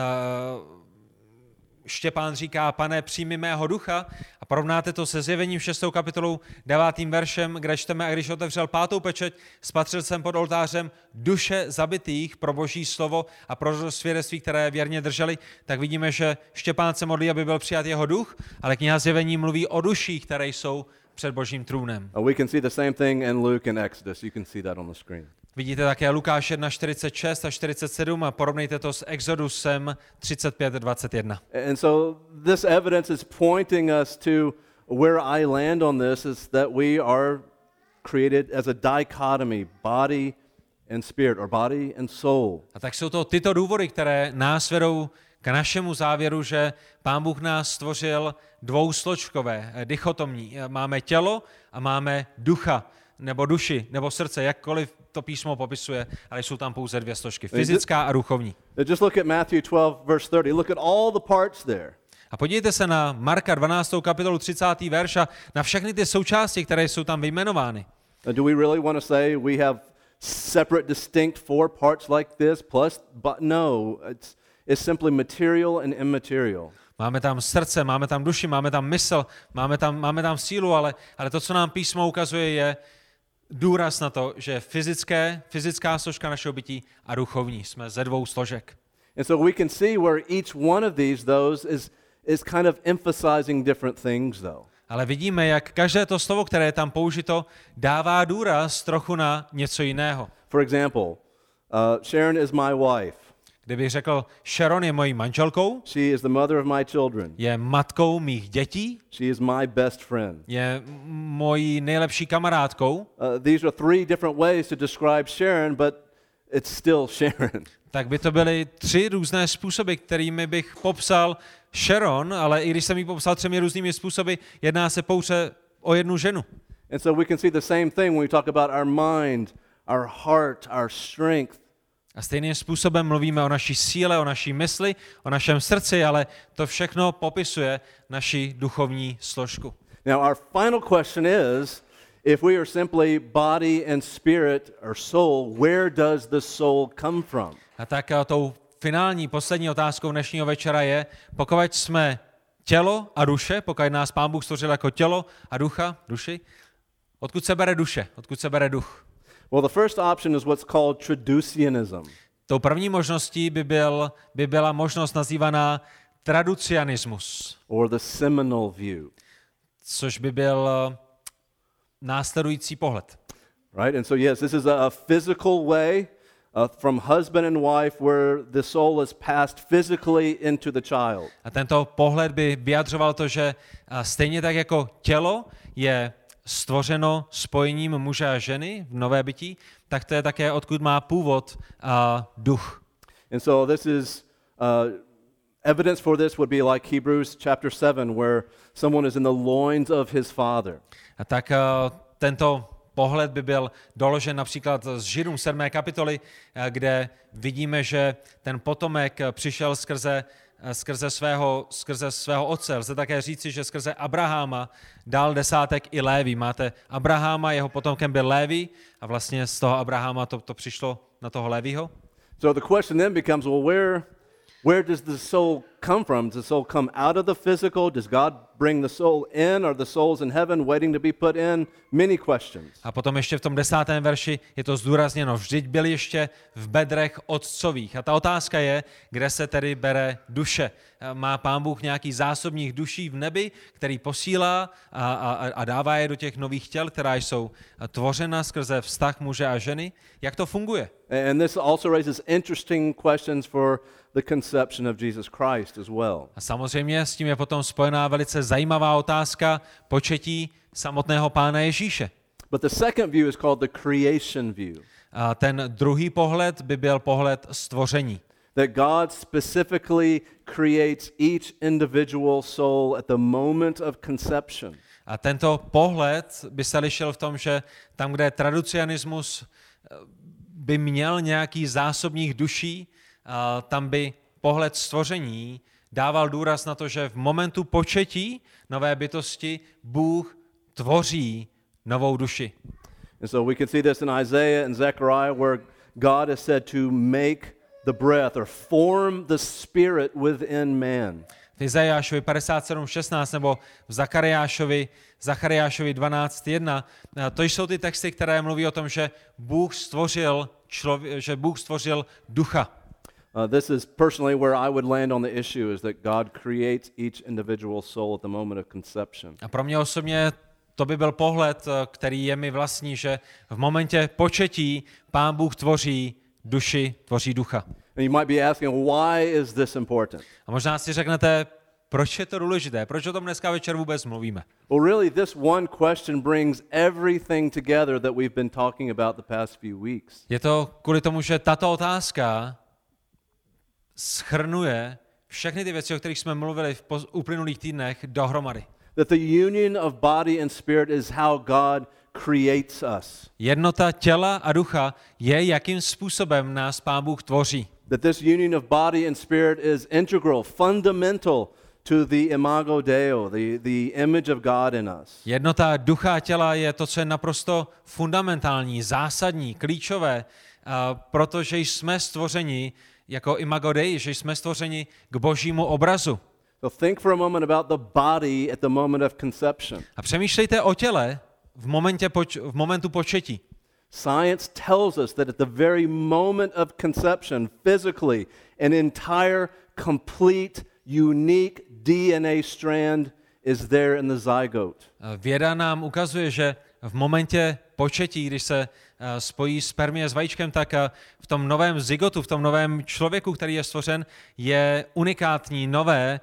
[SPEAKER 2] Štěpán říká, Pane, přijmi mého ducha, a porovnáte to se Zjevením 6. kapitolou 9. veršem, kde čteme, a když otevřel 5. pečeť, spatřil jsem pod oltářem duše zabitých pro Boží slovo a pro svědectví, které věrně drželi, tak vidíme, že Štěpán se modlí, aby byl přijat jeho duch, ale kniha Zjevení mluví o duších, které jsou před Božím trůnem.
[SPEAKER 1] We can see the same thing in Luke and Exodus. You can see that on the screen.
[SPEAKER 2] Vidíte také Lukáš 1.46 a 47 a porovnejte to s Exodusem 35.21.
[SPEAKER 1] And so this evidence is pointing us to where I land on this is that we are created as a dichotomy, body and spirit, or body and soul.
[SPEAKER 2] A tak jsou to tyto důvody, které nás vedou k našemu závěru, že Pán Bůh nás stvořil dvousložkové, dichotomní. Máme tělo a máme ducha, nebo duši, nebo srdce, jakkoliv to písmo popisuje, ale jsou tam pouze dvě složky, fyzická a duchovní.
[SPEAKER 1] Just look at Matthew 12, verse 30. Look at all the parts there.
[SPEAKER 2] A podívejte se na Marka 12. kapitolu 30. verš a na všechny ty součásti, které jsou tam vyjmenovány.
[SPEAKER 1] Do we really want to say we have separate, distinct four parts like this plus? But no, it's simply material and immaterial.
[SPEAKER 2] Máme tam srdce, máme tam duši, máme tam mysl, máme tam sílu, ale to, co nám písmo ukazuje, je důraz na to, že fyzická složka našeho bytí a duchovní. Jsme ze dvou složek.
[SPEAKER 1] And so we can see where each one of those is kind of emphasizing different things though.
[SPEAKER 2] Ale vidíme, jak každé to slovo, které je tam použito, dává důraz trochu na něco jiného.
[SPEAKER 1] For example, Sharon is my wife.
[SPEAKER 2] Kdybych řekl, Sharon je mojí manželkou,
[SPEAKER 1] she is the mother of my children.
[SPEAKER 2] Je matkou mých dětí,
[SPEAKER 1] she is my best friend.
[SPEAKER 2] Je mojí nejlepší kamarádkou.
[SPEAKER 1] These are three different ways to describe Sharon, but it's still Sharon.
[SPEAKER 2] Tak by to byly tři různé způsoby, kterými bych popsal Sharon, ale i když jsem ji popsal třemi různými způsoby, jedná se pouze o jednu ženu.
[SPEAKER 1] And so we can see the same thing when we talk about our mind, our heart, our strength.
[SPEAKER 2] A stejným způsobem mluvíme o naší síle, o naší mysli, o našem srdci, ale to všechno popisuje naši duchovní složku.
[SPEAKER 1] Now our final question is, if we are simply body and spirit or soul, where does the soul come from?
[SPEAKER 2] A tak tou finální, poslední otázkou dnešního večera je, pokud jsme tělo a duše, pokud nás Pán Bůh stvořil jako tělo a duši, odkud se bere duše, odkud se bere duch?
[SPEAKER 1] Well, the first option is what's called traducianism.
[SPEAKER 2] Tou první možností by byla možnost nazývaná traducianismus.
[SPEAKER 1] Or the seminal view.
[SPEAKER 2] Což by byl následující pohled.
[SPEAKER 1] Right? And so yes, this is a physical way from husband and wife where the soul is passed physically into the child.
[SPEAKER 2] A tento pohled by vyjadřoval to, že stejně tak jako tělo je stvořeno spojením muže a ženy v nové bytí, tak to je také, odkud má původ duch.
[SPEAKER 1] And so this is Evidence for this would be like Hebrews chapter 7, where someone is in the loins of his father.
[SPEAKER 2] A tak tento pohled by byl doložen například z Židům 7. kapitoly, kde vidíme, že ten potomek přišel skrze svého otce. Lze také říci, že skrze Abraháma dal desátek i Lévi. Máte Abraháma, jeho potomkem byl Lévi a vlastně z toho Abraháma to přišlo na toho Léviho.
[SPEAKER 1] So the question then becomes, well, where does the soul come from? Does the soul come out of the physical? Does God bring the soul in? Are the souls in heaven waiting to be put in? Many questions.
[SPEAKER 2] A potom ještě v tom 10. verši je to zdůrazněno, vždyť byl ještě v bedrech otcových. A ta otázka je, kde se tedy bere duše. Má Pán Bůh nějaký zásobník duší v nebi, který posílá a dává je do těch nových těl, která jsou tvořena skrze vztah muže a ženy? Jak to funguje?
[SPEAKER 1] And this also raises interesting questions for the conception of Jesus Christ as well.
[SPEAKER 2] A samozřejmě s tím je potom spojená velice zajímavá otázka početí samotného Pána Ježíše.
[SPEAKER 1] But the second view is called the creation view.
[SPEAKER 2] A ten druhý pohled by byl pohled stvoření.
[SPEAKER 1] That God specifically creates each individual soul at the moment of conception.
[SPEAKER 2] A tento pohled by se lišil v tom, že tam, kde tradicionalismus by měl nějaký zásobník duší, tam by pohled stvoření dával důraz na to, že v momentu početí nové bytosti Bůh tvoří novou duši.
[SPEAKER 1] And so we can see this in Isaiah and Zechariah, where God is said to make the breath or form the spirit within man.
[SPEAKER 2] V Izajášovi 57.16 nebo v Zachariášovi 12.1, to jsou ty texty, které mluví o tom, že Bůh stvořil ducha.
[SPEAKER 1] This is personally where I would land on the issue, is that God creates each individual soul at the moment of conception.
[SPEAKER 2] A pro mě osobně to by byl pohled, který je mi vlastní, že v momentě početí Pán Bůh tvoří duši, tvoří ducha.
[SPEAKER 1] And you might be asking, why is this important?
[SPEAKER 2] A možná si řeknete, proč je to důležité? Proč o tom dneska večer vůbec mluvíme?
[SPEAKER 1] Well, really, this one question brings everything together that we've been talking about the past few weeks.
[SPEAKER 2] Je to kvůli tomu, že tato otázka shrnuje všechny ty věci, o kterých jsme mluvili v uplynulých týdnech, dohromady.
[SPEAKER 1] That the union of body and spirit is how God creates us.
[SPEAKER 2] Jednota těla a ducha je, jakým způsobem nás Pán Bůh tvoří.
[SPEAKER 1] That this union of body and spirit is integral, fundamental to the imago Dei, the image of God in us.
[SPEAKER 2] Jednota ducha a těla je to, co je naprosto fundamentální, zásadní, klíčové, protože jsme stvořeni jako imago Dei, že jsme stvořeni k Božímu obrazu.
[SPEAKER 1] So think for a moment about the body at the moment of conception.
[SPEAKER 2] A přemýšlejte o těle v momentu početí.
[SPEAKER 1] Science tells us that at the very moment of conception, physically, an entire, complete, unique DNA strand is there in the zygote.
[SPEAKER 2] Věda nám ukazuje, že v momentě početí, když se spojí spermie s vajíčkem, tak v tom novém zygotu, v tom novém člověku, který je stvořen, je unikátní, nové,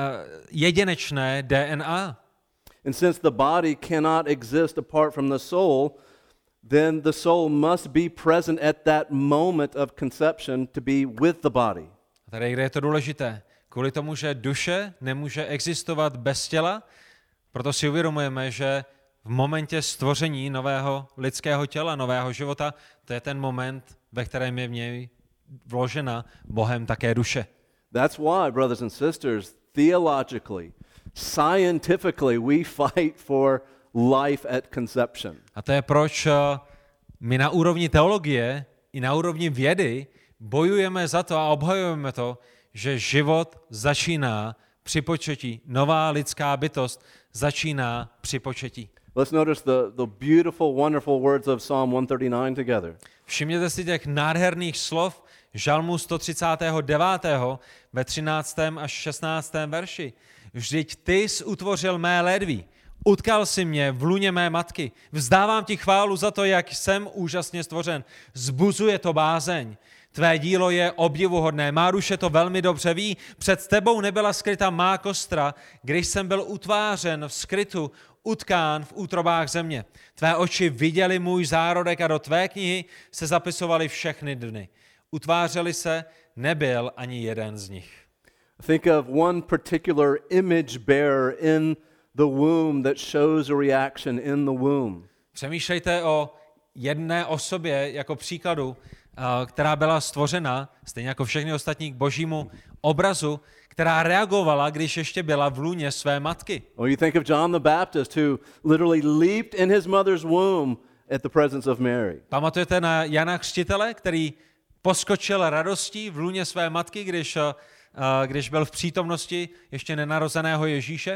[SPEAKER 2] jedinečné DNA.
[SPEAKER 1] And since the body cannot exist apart from the soul, then the soul must be present at that moment of conception to be with the body.
[SPEAKER 2] A tady kde je to důležité? Kvůli tomu, že duše nemůže existovat bez těla, proto si uvědomujeme, že v momentě stvoření nového lidského těla, nového života, to je ten moment, ve kterém je v něj vložena Bohem také duše.
[SPEAKER 1] That's why, brothers and sisters, theologically, scientifically, we fight for life at conception.
[SPEAKER 2] A to je proč my na úrovni teologie i na úrovni vědy bojujeme za to a obhajujeme to, že život začíná při početí. Nová lidská bytost začíná při početí.
[SPEAKER 1] Let's notice the beautiful, wonderful words of Psalm 139 together.
[SPEAKER 2] Všimněte si těch nádherných slov Žalmu 139. ve 13. až 16. verši. Vždyť ty jsi utvořil mé ledví, utkal si mě v lůně mé matky. Vzdávám ti chválu za to, jak jsem úžasně stvořen. Zbuzuje to bázeň. Tvé dílo je obdivuhodné, má duše to velmi dobře ví. Před tebou nebyla skryta má kostra, když jsem byl utvářen v skrytu, utkán v útrobách země. Tvé oči viděly můj zárodek a do tvé knihy se zapisovaly všechny dny. Utvářeli se, nebyl ani jeden z nich.
[SPEAKER 1] Think of one particular image bearer in the womb that shows a reaction in the womb.
[SPEAKER 2] Přemýšlejte o jedné osobě jako příkladu, která byla stvořena, stejně jako všechny ostatní, k božímu obrazu, která reagovala, když ještě byla v lůně své matky.
[SPEAKER 1] Or you think of John the Baptist, who literally leaped in his mother's womb at the presence of Mary.
[SPEAKER 2] Pamatujete na Jana Křtitele, který poskočil radostí v lůně své matky, když byl v přítomnosti ještě nenarozeného Ježíše?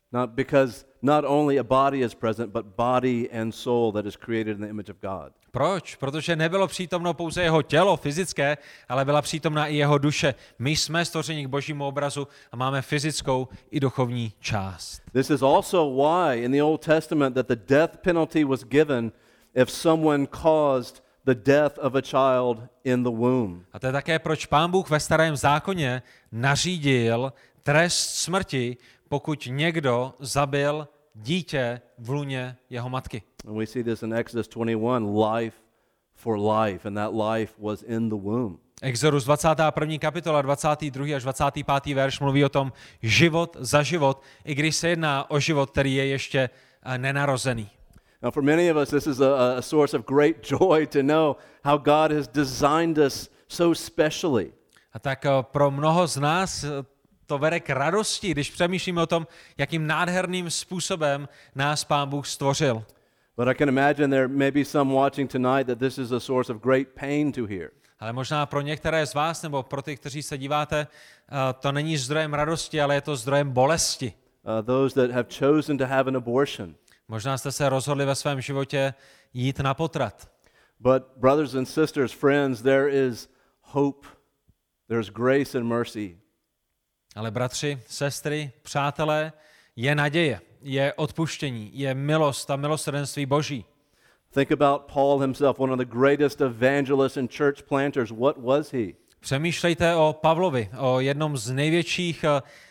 [SPEAKER 1] Not only a body is present, but body and soul that is created in the image of God.
[SPEAKER 2] Proč? Protože nebylo přítomno pouze jeho tělo fyzické, ale byla přítomna i jeho duše. My jsme stvořeni k božímu obrazu a máme fyzickou i duchovní část.
[SPEAKER 1] This is also why in the Old Testament that the death penalty was given if someone caused the death of a child in the womb.
[SPEAKER 2] A to je také, proč Pán Bůh ve Starém zákoně nařídil trest smrti, pokud někdo zabil dítě v lůně jeho matky.
[SPEAKER 1] And we see this in Exodus 21, life for life, and that life was in the womb.
[SPEAKER 2] Exodus 21. kapitola, 22. až 25. verš mluví o tom život za život, i když se jedná o život, který je ještě nenarozený.
[SPEAKER 1] Now for many of us, this is a source of great joy to know how God has designed us so specially.
[SPEAKER 2] A tak pro mnoho z nás to vede k radosti, když přemýšlíme o tom, jakým nádherným způsobem nás Pán Bůh stvořil.
[SPEAKER 1] But I can imagine there may be some watching tonight that this is a source of great pain to hear.
[SPEAKER 2] Ale možná pro některé z vás, nebo pro ty, kteří se díváte, to není zdrojem radosti, ale je to zdrojem bolesti.
[SPEAKER 1] Those that have chosen to have an abortion.
[SPEAKER 2] Možná jste se rozhodli ve svém životě jít na potrat.
[SPEAKER 1] But brothers and sisters, friends, there is hope. There's grace and mercy.
[SPEAKER 2] Ale bratři, sestry, přátelé, je naděje, je odpuštění, je milost a milosrdenství Boží.
[SPEAKER 1] Think about Paul himself, one of the greatest evangelists and church planters. What was he?
[SPEAKER 2] Přemýšlejte o Pavlovi, o jednom z největších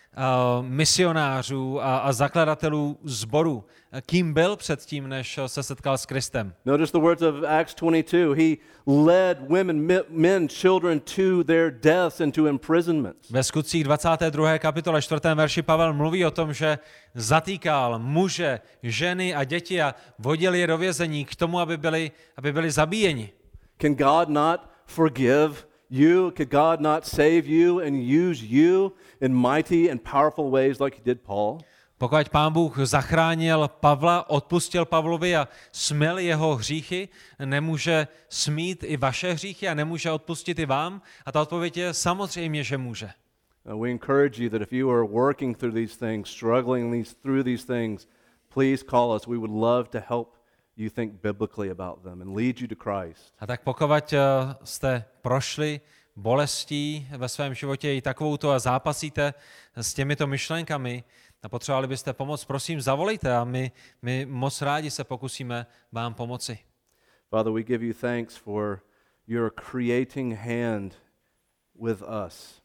[SPEAKER 2] misionářů a zakladatelů sborů. Kým byl předtím, než se setkal s Kristem?
[SPEAKER 1] Notice the words of Acts 22. He led women, men, children to their deaths and to imprisonments.
[SPEAKER 2] Ve Skutcích 22. kapitole 4. verši Pavel mluví o tom, že zatýkal muže, ženy a děti a vodil je do vězení k tomu, aby byli zabíjeni.
[SPEAKER 1] Can God not forgive you? Could God not save you and use you in mighty and powerful ways like he did Paul?
[SPEAKER 2] Pokud Pán Bůh zachránil Pavla, odpustil Pavlovi a smil jeho hříchy, nemůže smít i vaše hříchy a nemůže odpustit i vám? A ta odpověď je samozřejmě, že může.
[SPEAKER 1] We encourage you that if you are working through these things, struggling through these things, please call us. We would love to help you think biblically about them and lead you to Christ.
[SPEAKER 2] A tak pokud jste prošli bolestí ve svém životě i takovouto a zápasíte s těmito myšlenkami a potřebovali byste pomoc, prosím, zavolejte a my moc rádi se pokusíme vám pomoci.
[SPEAKER 1] Father, we give you thanks for your creating hand with us.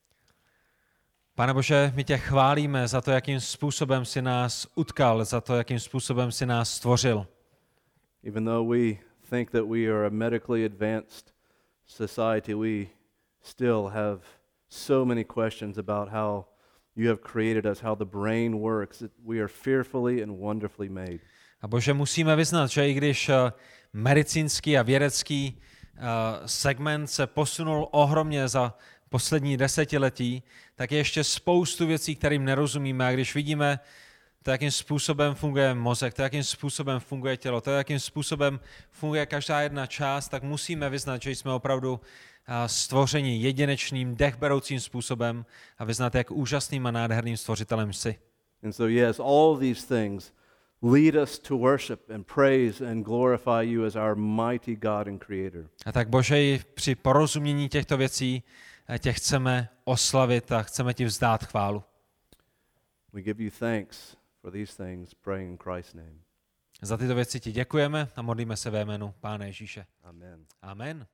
[SPEAKER 2] Pane Bože, my tě chválíme za to, jakým způsobem si nás utkal, za to, jakým způsobem si nás stvořil.
[SPEAKER 1] Even though we think that we are a medically advanced society, we still have so many questions about how you have created us, how the brain works. We are fearfully and wonderfully made.
[SPEAKER 2] A Bože, musíme vyznat, že i když medicínský a vědecký segment se posunul ohromně za poslední desetiletí, tak je ještě spoustu věcí, kterým nerozumíme. A když vidíme to, jakým způsobem funguje mozek, to, jakým způsobem funguje tělo, to, jakým způsobem funguje každá jedna část, tak musíme vyznat, že jsme opravdu stvořeni jedinečným, dechberoucím způsobem a vyznat, jak úžasným a nádherným stvořitelem jsi.
[SPEAKER 1] And so yes, all these things lead us to worship and praise and glorify you as our mighty God and Creator.
[SPEAKER 2] A tak Bože, i při porozumění těchto věcí tě chceme oslavit a chceme ti vzdát chválu.
[SPEAKER 1] We give you thanks for these things, praying in Christ's name.
[SPEAKER 2] Za tyto věci ti děkujeme a modlíme se ve jménu Pána Ježíše.
[SPEAKER 1] Amen.
[SPEAKER 2] Amen.